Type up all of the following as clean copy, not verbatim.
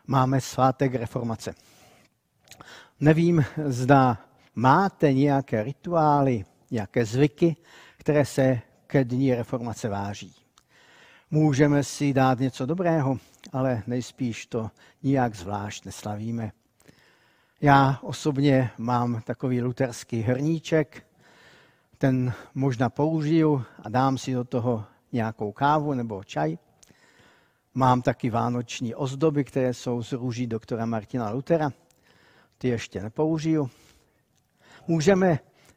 máme svátek reformace. Nevím, zda máte nějaké rituály, nějaké zvyky, které se ke dní reformace váží. Můžeme si dát něco dobrého, ale nejspíš to nijak zvlášť neslavíme. Já osobně mám takový luterský hrníček, ten možná použiju a dám si do toho nějakou kávu nebo čaj. Mám taky vánoční ozdoby, které jsou z růží doktora Martina Luthera. Ty ještě nepoužiju. Můžeme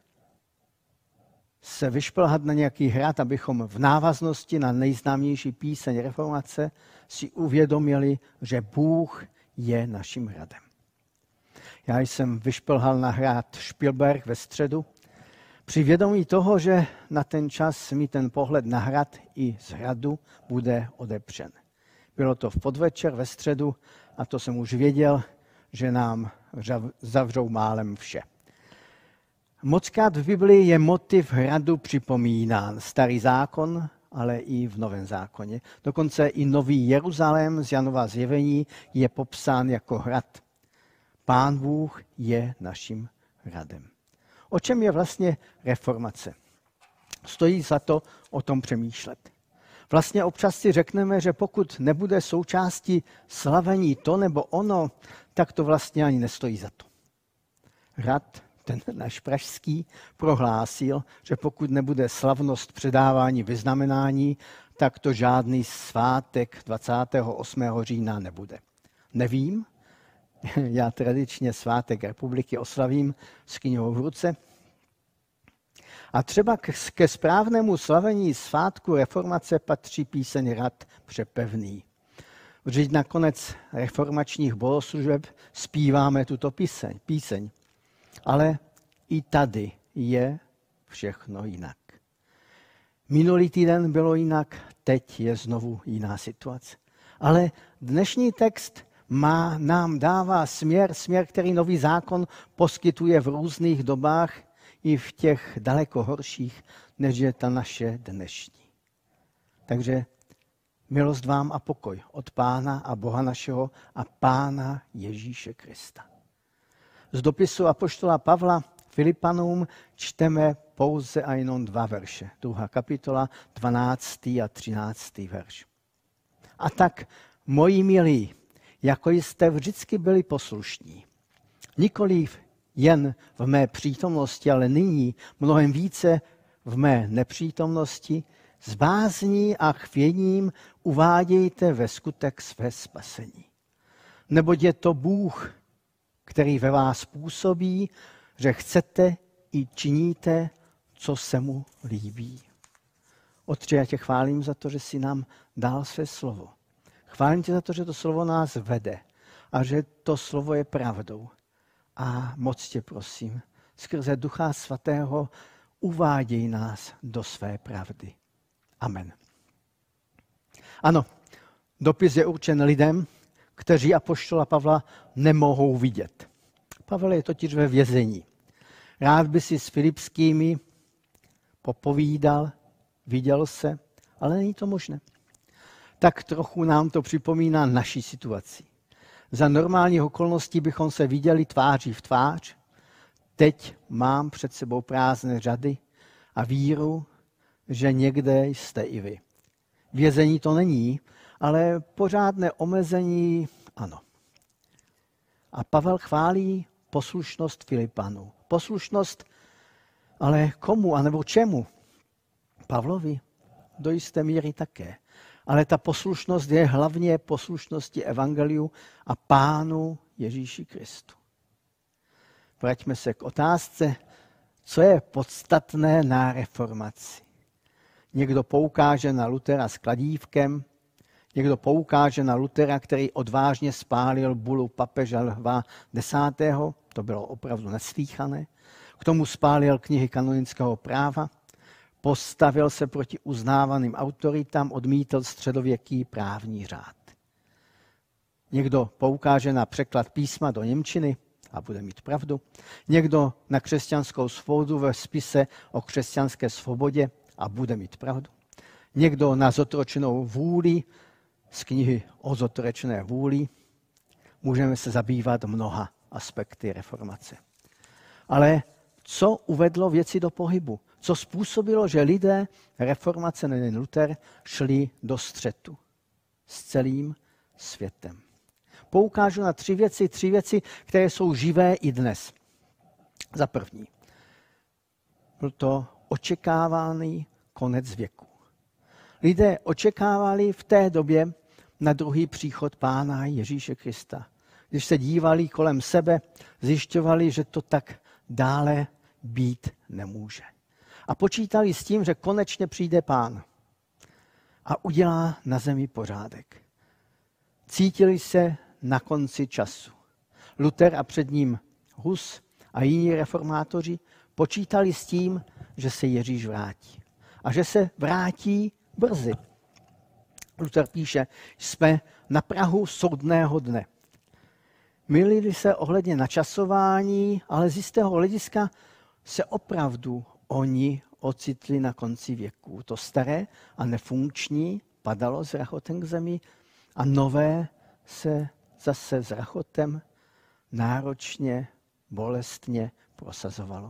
se vyšplhat na nějaký hrad, abychom v návaznosti na nejznámější píseň reformace si uvědomili, že Bůh je naším hradem. Já jsem vyšplhal na hrad Špilberk ve středu, při vědomí toho, že na ten čas mi ten pohled na hrad i z hradu bude odepřen. Bylo to v podvečer ve středu a to jsem už věděl, že nám zavřou málem vše. Mockrát v Biblii je motiv hradu připomínán. Starý zákon, ale i v Novém zákoně. Dokonce i Nový Jeruzalém z Janova zjevení je popsán jako hrad. Pán Bůh je naším hradem. O čem je vlastně reformace? Stojí za to o tom přemýšlet. Vlastně občas si řekneme, že pokud nebude součástí slavení to nebo ono, tak to vlastně ani nestojí za to. Hrad, ten náš pražský, prohlásil, že pokud nebude slavnost předávání vyznamenání, tak to žádný svátek 28. října nebude. Nevím, já tradičně svátek republiky oslavím s knihou v ruce. A třeba ke správnému slavení svátku reformace patří píseň Hrad přepevný. Vždyť nakonec reformačních bohoslužeb zpíváme tuto píseň. Ale i tady je všechno jinak. Minulý týden bylo jinak, teď je znovu jiná situace. Ale dnešní text nám dává směr, který Nový zákon poskytuje v různých dobách i v těch daleko horších, než je ta naše dnešní. Takže milost vám a pokoj od Pána a Boha našeho a Pána Ježíše Krista. Z dopisu apoštola Pavla Filipanům čteme pouze a jenom 2 verše. 2. kapitola, 12. a 13. verš. A tak, moji milí, jako jste vždycky byli poslušní. Nikoliv jen v mé přítomnosti, ale nyní mnohem více v mé nepřítomnosti, s bázní a chvěním uvádějte ve skutek své spasení. Neboť je to Bůh, který ve vás působí, že chcete i činíte, co se mu líbí. Otče, já tě chválím za to, že jsi nám dal své slovo. Chválím tě za to, že to slovo nás vede a že to slovo je pravdou. A moc tě prosím, skrze Ducha Svatého uváděj nás do své pravdy. Amen. Ano, dopis je určen lidem, kteří apoštola Pavla nemohou vidět. Pavel je totiž ve vězení. Rád by si s Filipskými popovídal, viděl se, ale není to možné. Tak trochu nám to připomíná naši situaci. Za normálních okolností bychom se viděli tváří v tvář. Teď mám před sebou prázdné řady a víru, že někde jste i vy. Vězení to není, ale pořádné omezení ano. A Pavel chválí poslušnost Filipanů. Poslušnost, ale komu anebo čemu? Pavlovi do jisté míry také. Ale ta poslušnost je hlavně poslušností evangeliu a Pánu Ježíši Kristu. Vraťme se k otázce, co je podstatné na reformaci. Někdo poukáže na Luthera s kladívkem, někdo poukáže na Luthera, který odvážně spálil bulu papeža Lva X. To bylo opravdu neslýchané. K tomu spálil knihy kanonického práva, postavil se proti uznávaným autoritám, odmítl středověký právní řád. Někdo poukáže na překlad písma do němčiny a bude mít pravdu. Někdo na křesťanskou svobodu ve spise o křesťanské svobodě a bude mít pravdu. Někdo na zotročenou vůli z knihy o zotročené vůli. můžeme se zabývat mnoha aspekty reformace. Ale co uvedlo věci do pohybu? Co způsobilo, že lidé reformace, nejen Luther, šli do střetu s celým světem? Poukážu na tři věci, které jsou živé i dnes. Za první, byl to očekávaný konec věku. Lidé očekávali v té době na druhý příchod Pána Ježíše Krista. Když se dívali kolem sebe, zjišťovali, že to tak dále být nemůže. A počítali s tím, že konečně přijde Pán a udělá na zemi pořádek. Cítili se na konci času. Luther a před ním Hus a jiní reformátoři počítali s tím, že se Ježíš vrátí. A že se vrátí brzy. Luther píše, jsme na prahu soudného dne. Mylili se ohledně načasování, ale z jistého hlediska se opravdu oni ocitli na konci věku. To staré a nefunkční padalo s rachotem k zemi a nové se zase s rachotem náročně, bolestně prosazovalo.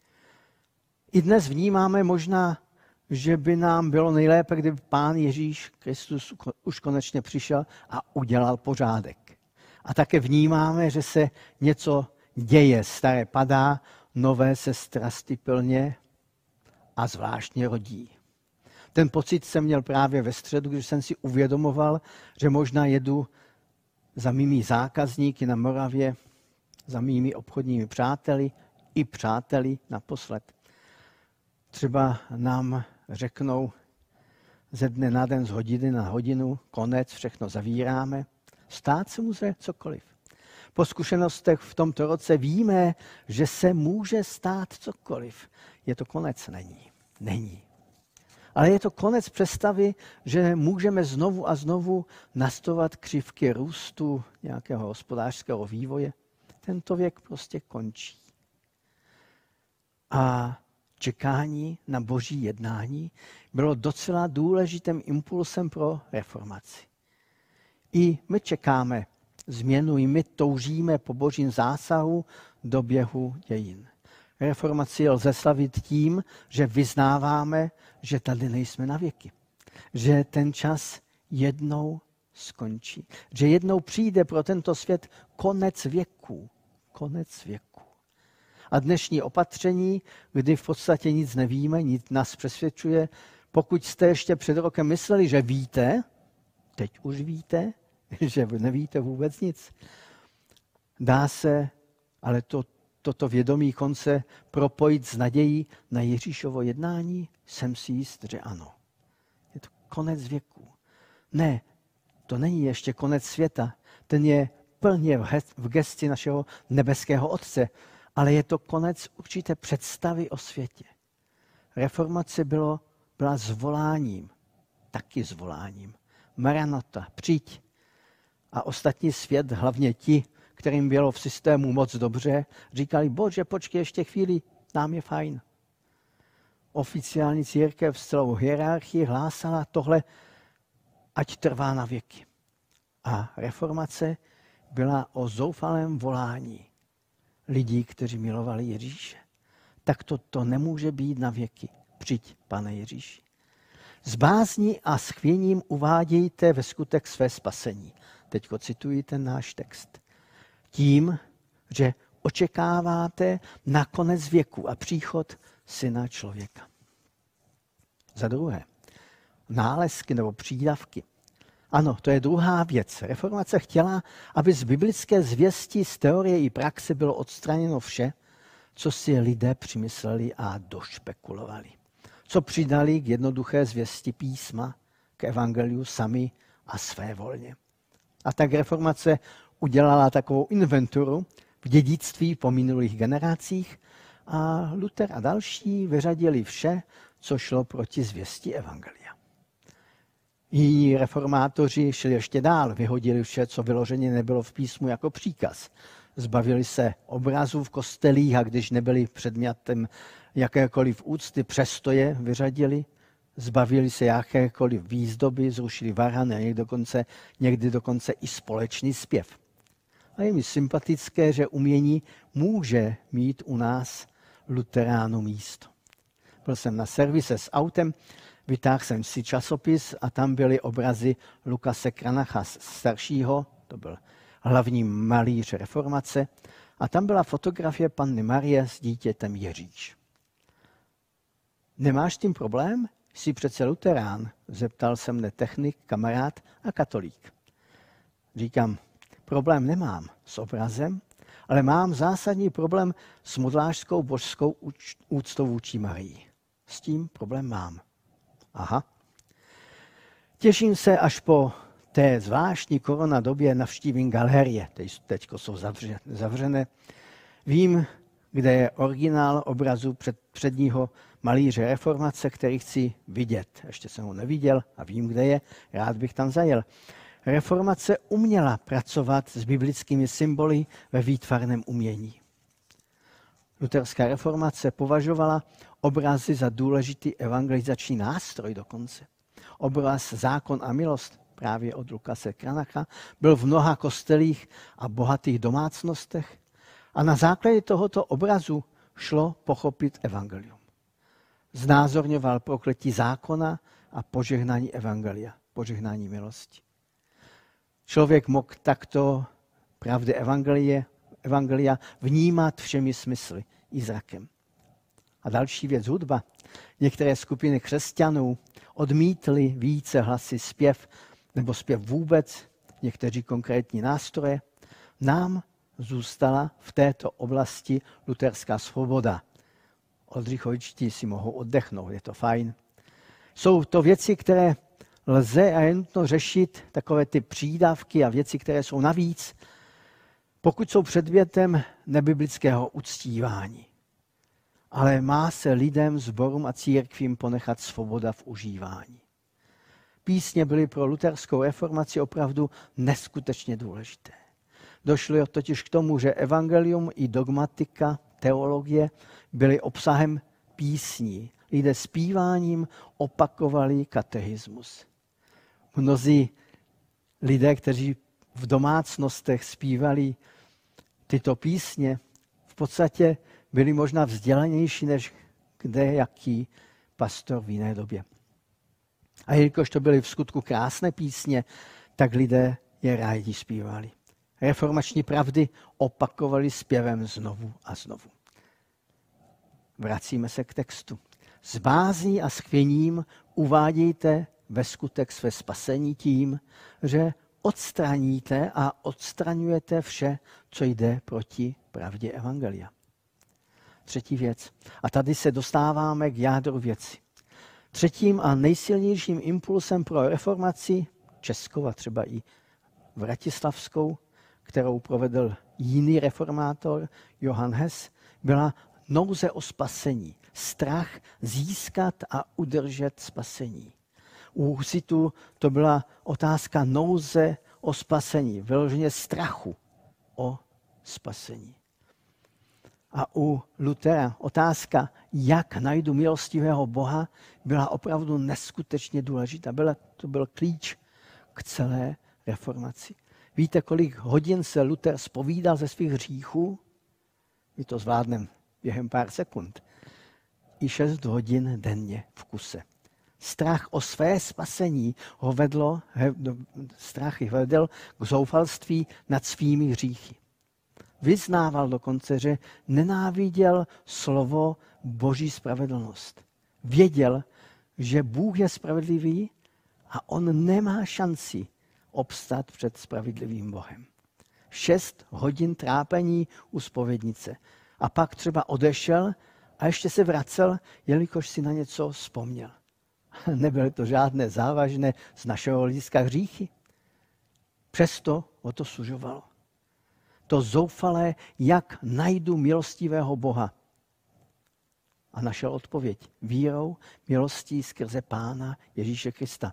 I dnes vnímáme možná, že by nám bylo nejlépe, kdyby Pán Ježíš Kristus už konečně přišel a udělal pořádek. A také vnímáme, že se něco děje, staré padá, nové se strastiplně a zvláštně rodí. Ten pocit jsem měl právě ve středu, když jsem si uvědomoval, že možná jedu za mými zákazníky na Moravě, za mými obchodními přáteli i přáteli naposled. Třeba nám řeknou ze dne na den, z hodiny na hodinu, konec, všechno zavíráme. Stát se může cokoliv. Po zkušenostech v tomto roce víme, že se může stát cokoliv. Je to konec? Není. Ale je to konec představy, že můžeme znovu a znovu nastovat křivky růstu nějakého hospodářského vývoje. Tento věk prostě končí. A čekání na boží jednání bylo docela důležitým impulsem pro reformaci. I my čekáme změnu, i my toužíme po božím zásahu do běhu dějin. Reformaci lze slavit tím, že vyznáváme, že tady nejsme na věky. Že ten čas jednou skončí. Že jednou přijde pro tento svět konec věků. Konec věků. A dnešní opatření, kdy v podstatě nic nevíme, nic nás přesvědčuje, pokud jste ještě před rokem mysleli, že víte, teď už víte, že nevíte vůbec nic. Dá se, ale toto vědomí konce propojit s nadějí na Ježíšovo jednání? Jsem si jist, že ano. Je to konec věku. Ne, to není ještě konec světa. Ten je plně v gesti našeho nebeského Otce, ale je to konec určité představy o světě. Reformace byla zvoláním, taky zvoláním. Maranata, přijď. A ostatní svět, hlavně ti, kterým bylo v systému moc dobře, říkali, Bože, počkej ještě chvíli, nám je fajn. Oficiální církev s celou hierarchii hlásala tohle, ať trvá na věky. A reformace byla o zoufalém volání lidí, kteří milovali Ježíše. Tak to nemůže být na věky. Přijď, Pane Ježíši. S bázní a s chvěním uvádějte ve skutek své spasení. Teď cituji ten náš text. Tím, že očekáváte na konec věku a příchod Syna člověka. Za druhé, nálezky nebo přídavky. Ano, to je druhá věc. Reformace chtěla, aby z biblické zvěsti, z teorie i praxe bylo odstraněno vše, co si lidé přimysleli a došpekulovali. Co přidali k jednoduché zvěsti písma, k evangeliu sami a svévolně. A tak reformace udělala takovou inventuru v dědictví po minulých generacích a Luther a další vyřadili vše, co šlo proti zvěsti evangelia. Jiní reformátoři šli ještě dál, vyhodili vše, co vyloženě nebylo v písmu jako příkaz. Zbavili se obrazů v kostelích a když nebyli předmětem jakékoliv úcty, přesto je vyřadili. Zbavili se jakékoliv výzdoby, zrušili varhany a někdy dokonce i společný zpěv. A je mi sympatické, že umění může mít u nás luteránů místo. Byl jsem na servise s autem, vytáhl jsem si časopis a tam byly obrazy Lukase Kranacha staršího, to byl hlavní malíř reformace, a tam byla fotografie Panny Marie s dítětem Ježíš. Nemáš s tím problém? Jsi přece luterán, zeptal se mne technik, kamarád a katolík. Říkám, problém nemám s obrazem, ale mám zásadní problém s modlářskou božskou úctou vůči Marii. S tím problém mám. Aha. Těším se, až po té zvláštní koronadobě navštívím galerie. Teď jsou zavřené. Vím, kde je originál obrazu předního malíře reformace, který chci vidět. Ještě jsem ho neviděl a vím, kde je. Rád bych tam zajel. Reformace uměla pracovat s biblickými symboly ve výtvarném umění. Luterská reformace považovala obrazy za důležitý evangelizační nástroj dokonce. Obraz Zákon a milost právě od Lukase Kranacha byl v mnoha kostelích a bohatých domácnostech a na základě tohoto obrazu šlo pochopit evangelium. Znázorňoval prokletí zákona a požehnání evangelia, požehnání milosti. Člověk mohl takto pravdy evangelia vnímat všemi smysly i zrakem. A další věc, hudba. Některé skupiny křesťanů odmítly více hlasy zpěv nebo zpěv vůbec, někteří konkrétní nástroje. Nám zůstala v této oblasti luterská svoboda. Oldřichovičtí si mohou oddechnout, je to fajn. Jsou to věci, které lze a je nutno řešit, takové ty přídavky a věci, které jsou navíc, pokud jsou předmětem nebiblického uctívání. Ale má se lidem, sborům a církvím ponechat svoboda v užívání. Písně byly pro luterskou reformaci opravdu neskutečně důležité. Došlo totiž k tomu, že evangelium i dogmatika, teologie byly obsahem písní. Lidé zpíváním opakovali katechismus. Mnozí lidé, kteří v domácnostech zpívali tyto písně, v podstatě byli možná vzdělanější než kdejaký pastor v jiné době. A jelikož to byly v skutku krásné písně, tak lidé je rádi zpívali. Reformační pravdy opakovali zpěvem znovu a znovu. Vracíme se k textu. S bázní a s chvěním uvádějte ve skutek své spasení tím, že odstraníte a odstraňujete vše, co jde proti pravdě evangelia. Třetí věc. A tady se dostáváme k jádru věci. Třetím a nejsilnějším impulsem pro reformaci, českou a třeba i vratislavskou, kterou provedl jiný reformátor, Johann Hess, byla nouze o spasení. Strach získat a udržet spasení. U Husitu to byla otázka nouze o spasení, vyloženě strachu o spasení. A u Lutera otázka, jak najdu milostivého Boha, byla opravdu neskutečně důležitá. To byl klíč k celé reformaci. Víte, kolik hodin se Luther zpovídal ze svých hříchů? My to zvládneme během pár sekund. I 6 hodin denně v kuse. Strach o své spasení ho vedl k zoufalství nad svými hříchy. Vyznával dokonce, že nenáviděl slovo Boží spravedlnost. Věděl, že Bůh je spravedlivý a on nemá šanci obstát před spravedlivým Bohem. 6 hodin trápení u zpovědnice. A pak třeba odešel a ještě se vracel, jelikož si na něco vzpomněl. Nebyly to žádné závažné z našeho hlediska hříchy. Přesto o to sužovalo. To zoufalé, jak najdu milostivého Boha. A našel odpověď vírou, milostí skrze Pána Ježíše Krista.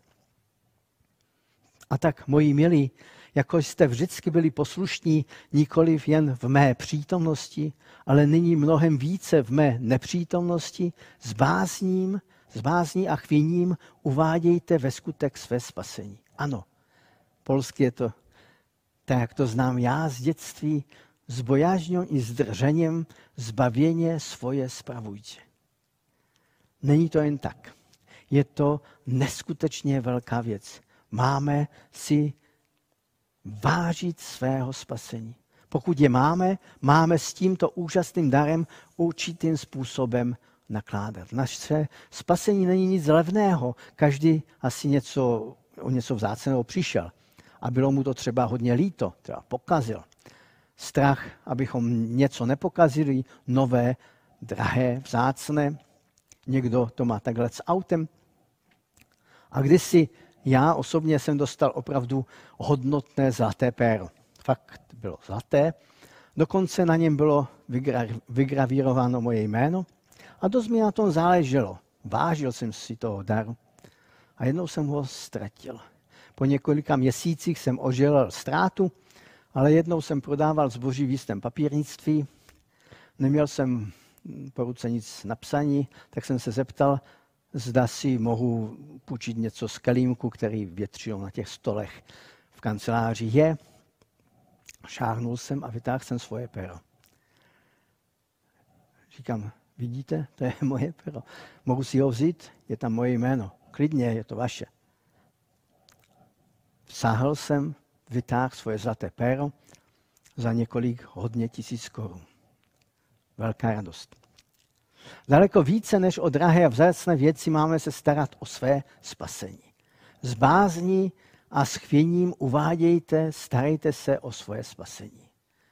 A tak, moji milí, jako jste vždycky byli poslušní nikoliv jen v mé přítomnosti, ale nyní mnohem více v mé nepřítomnosti, s bázní a chvěním uvádějte ve skutek své spasení. Ano, polsky je to tak jak to znám já z dětství, s bojažňou i zdržením zbavěně svoje spravujte. Není to jen tak. Je to neskutečně velká věc. Máme si vážit svého spasení. Pokud je máme s tímto úžasným darem určitým způsobem nakládat. Naše spasení není nic levného. Každý asi o něco vzácného přišel. A bylo mu to třeba hodně líto, třeba pokazil. Strach, abychom něco nepokazili, nové, drahé, vzácné. Někdo to má takhle s autem. A kdysi já osobně jsem dostal opravdu hodnotné zlaté péro. Fakt bylo zlaté. Dokonce na něm bylo vygravírováno moje jméno. A dost mi na tom záleželo. Vážil jsem si toho daru. A jednou jsem ho ztratil. Po několika měsících jsem oželel ztrátu, ale jednou jsem prodával zboží v jistém papírnictví. Neměl jsem po ruce nic napsaní, tak jsem se zeptal, zda si mohu půjčit něco z kelímku, který většinou na těch stolech v kanceláři je. Šáhnul jsem a vytáhl jsem svoje pero. Říkám, vidíte, to je moje pero. Mohu si ho vzít, je tam moje jméno. Klidně, je to vaše. Sáhl jsem, vytáhl svoje zlaté péro za několik hodně tisíc korun. Velká radost. Daleko více než o drahé a vzácné věci máme se starat o své spasení. S bázní a s chvěním starejte se o svoje spasení.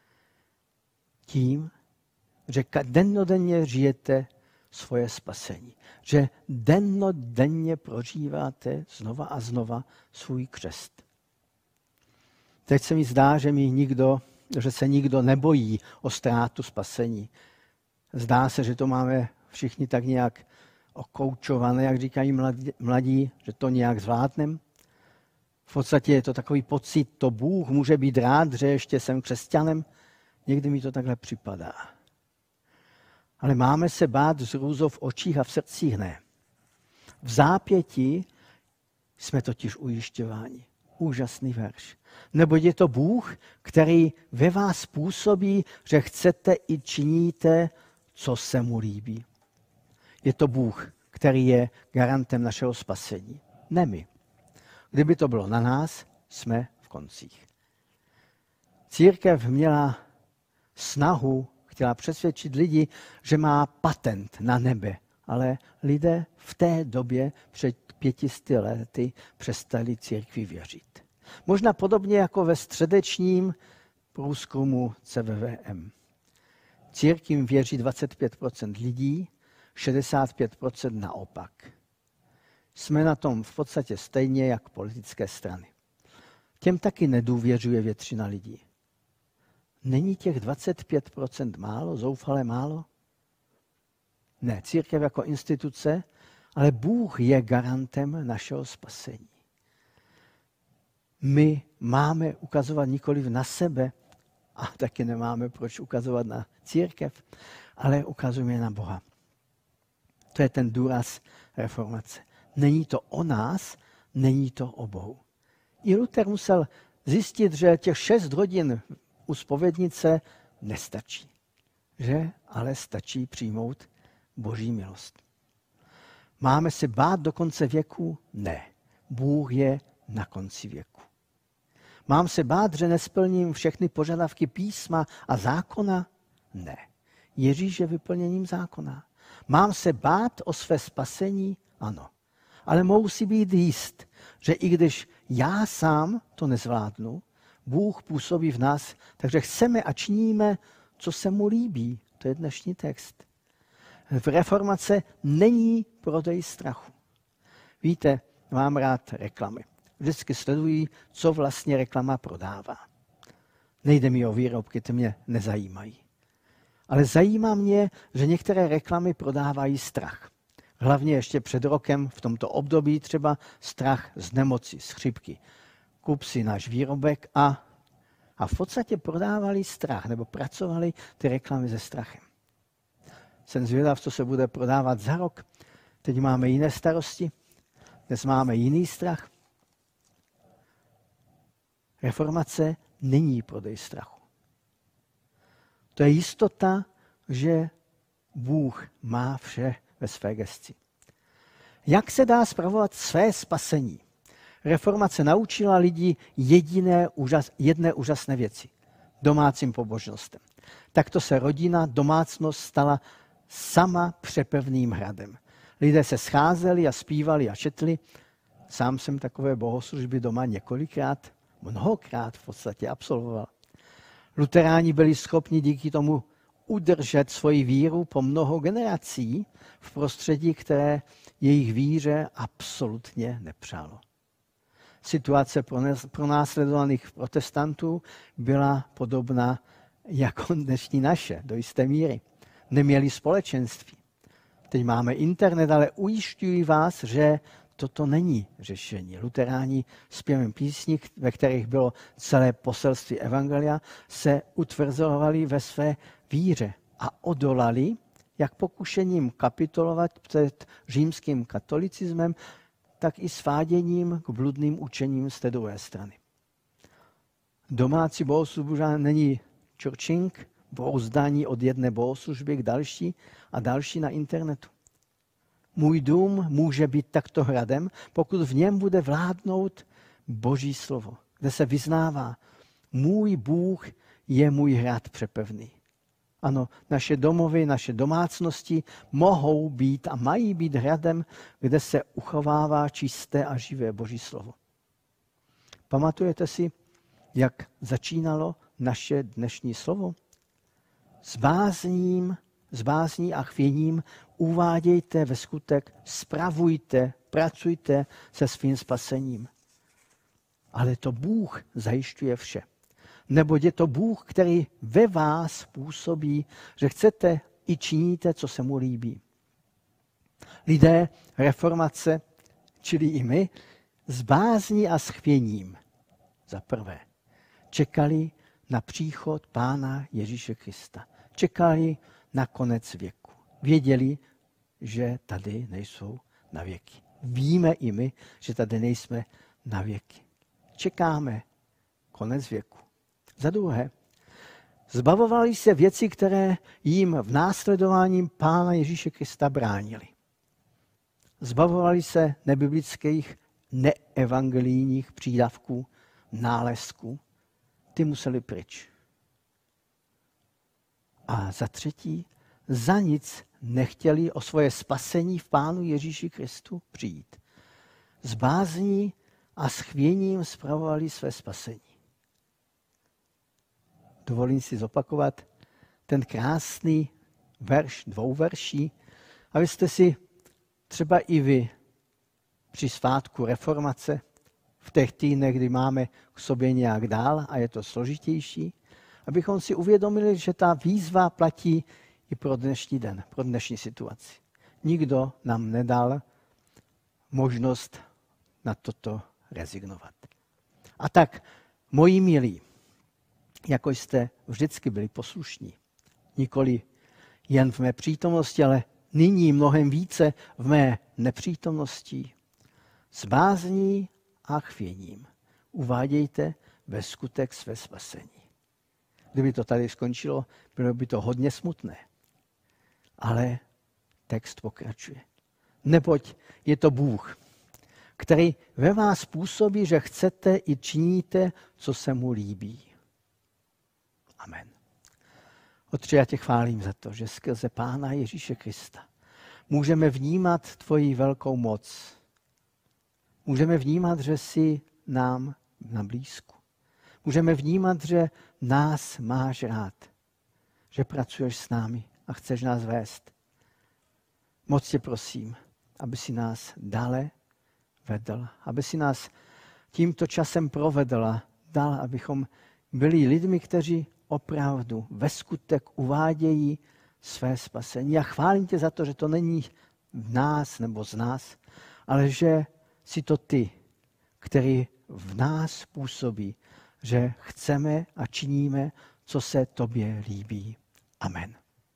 Tím, že dennodenně žijete svoje spasení. Že dennodenně prožíváte znova a znova svůj křest. Teď se mi zdá, že se nikdo nebojí o ztrátu spasení. Zdá se, že to máme všichni tak nějak okoučované, jak říkají mladí, že to nějak zvládneme. V podstatě je to takový pocit, to Bůh může být rád, že ještě jsem křesťanem. Někdy mi to takhle připadá. Ale máme se bát z hrůzou v očích a v srdcích ne. V zápětí jsme totiž ujišťováni. Úžasný verš. Neboť je to Bůh, který ve vás působí, že chcete i činíte, co se mu líbí. Je to Bůh, který je garantem našeho spasení. Ne my. Kdyby to bylo na nás, jsme v koncích. Církev měla snahu, chtěla přesvědčit lidi, že má patent na nebe, ale lidé v té době před 500 lety přestali církvi věřit. Možná podobně jako ve středečním průzkumu CVVM. Církvím věří 25% lidí, 65% naopak. Jsme na tom v podstatě stejně jak politické strany. Těm taky nedůvěřuje většina lidí. Není těch 25% málo, zoufale málo? Ne, církev jako instituce, ale Bůh je garantem našeho spasení. My máme ukazovat nikoliv na sebe, a taky nemáme proč ukazovat na církev, ale ukazujeme na Boha. To je ten důraz reformace. Není to o nás, není to o Bohu. I Luther musel zjistit, že těch 6 hodin u zpovědnice nestačí. Že ale stačí přijmout Boží milost. Máme se bát do konce věku? Ne. Bůh je na konci věku. Mám se bát, že nesplním všechny požadavky písma a zákona? Ne. Ježíš je vyplněním zákona. Mám se bát o své spasení? Ano. Ale mohu si být jist, že i když já sám to nezvládnu, Bůh působí v nás, takže chceme a činíme, co se mu líbí. To je dnešní text. V reformace není prodej strachu. Víte, mám rád reklamy. Vždycky sledují, co vlastně reklama prodává. Nejde mi o výrobky, ty mě nezajímají. Ale zajímá mě, že některé reklamy prodávají strach. Hlavně ještě před rokem, v tomto období třeba strach z nemoci, z chřipky. Kup si náš výrobek a v podstatě prodávali strach, nebo pracovali ty reklamy se strachem. Jsem zvědav, co se bude prodávat za rok. Teď máme jiné starosti, dnes máme jiný strach. Reformace není prodej strachu. To je jistota, že Bůh má vše ve své gesci. Jak se dá spravovat své spasení? Reformace naučila lidi jedné úžasné věci. Domácím pobožnostem. Takto se rodina, domácnost stala sama přepevným hradem. Lidé se scházeli a zpívali a četli. Sám jsem takové bohoslužby doma mnohokrát v podstatě absolvoval. Luteráni byli schopni díky tomu udržet svoji víru po mnoho generací v prostředí, které jejich víře absolutně nepřálo. Situace pronásledovaných protestantů byla podobná jako dnešní naše, do jisté míry. Neměli společenství. Teď máme internet, ale ujišťuji vás, že toto není řešení. Luteráni zpěvem písní, ve kterých bylo celé poselství evangelia, se utvrzovali ve své víře a odolali jak pokušením kapitulovat před římským katolicismem, tak i sváděním k bludným učením z té druhé strany. Domácí bohoslužba není churching, brouzdání od jedné bohoslužby k další a další na internetu. Můj dům může být takto hradem, pokud v něm bude vládnout Boží slovo, kde se vyznává, můj Bůh je můj hrad přepevný. Ano, naše domovy, naše domácnosti mohou být a mají být hradem, kde se uchovává čisté a živé Boží slovo. Pamatujete si, jak začínalo naše dnešní slovo? S bázní a chvěním uvádějte ve skutek, spravujte, pracujte se svým spasením. Ale to Bůh zajišťuje vše. Neboť je to Bůh, který ve vás působí, že chcete i činíte, co se mu líbí. Lidé reformace, čili i my, s bázní a s chvěním za prvé čekali na příchod Pána Ježíše Krista. Čekali na konec věku. Věděli, že tady nejsou na věky. Víme i my, že tady nejsme na věky. Čekáme konec věku. Za druhé, zbavovali se věci, které jim v následování Pána Ježíše Krista bránili. Zbavovali se nebiblických, neevangelijních přídavků, nálezků. Ty museli pryč. A za třetí, za nic nechtěli o svoje spasení v Pánu Ježíši Kristu přijít. S bázní a s chvěním spravovali své spasení. Dovolím si zopakovat ten krásný verš, 2 verší, abyste si třeba i vy při svátku reformace, v těch týdnech, kdy máme k sobě nějak dál a je to složitější, abychom si uvědomili, že ta výzva platí i pro dnešní den, pro dnešní situaci. Nikdo nám nedal možnost na toto rezignovat. A tak, moji milí, jako jste vždycky byli poslušní, nikoli jen v mé přítomnosti, ale nyní mnohem více v mé nepřítomnosti, s bázní a chvěním uvádějte ve skutek své spasení. Kdyby to tady skončilo, bylo by to hodně smutné. Ale text pokračuje. Neboť je to Bůh, který ve vás působí, že chcete i činíte, co se mu líbí. Amen. Otče, já tě chválím za to, že skrze Pána Ježíše Krista můžeme vnímat tvoji velkou moc. Můžeme vnímat, že jsi nám na blízku. Můžeme vnímat, že nás máš rád, že pracuješ s námi a chceš nás vést. Moc tě prosím, aby si nás dále vedl, aby si nás tímto časem provedl a dal, abychom byli lidmi, kteří opravdu ve skutek uvádějí své spasení. Já chválím tě za to, že to není v nás nebo z nás, ale že jsi to ty, který v nás působí, že chceme a činíme, co se tobě líbí. Amen.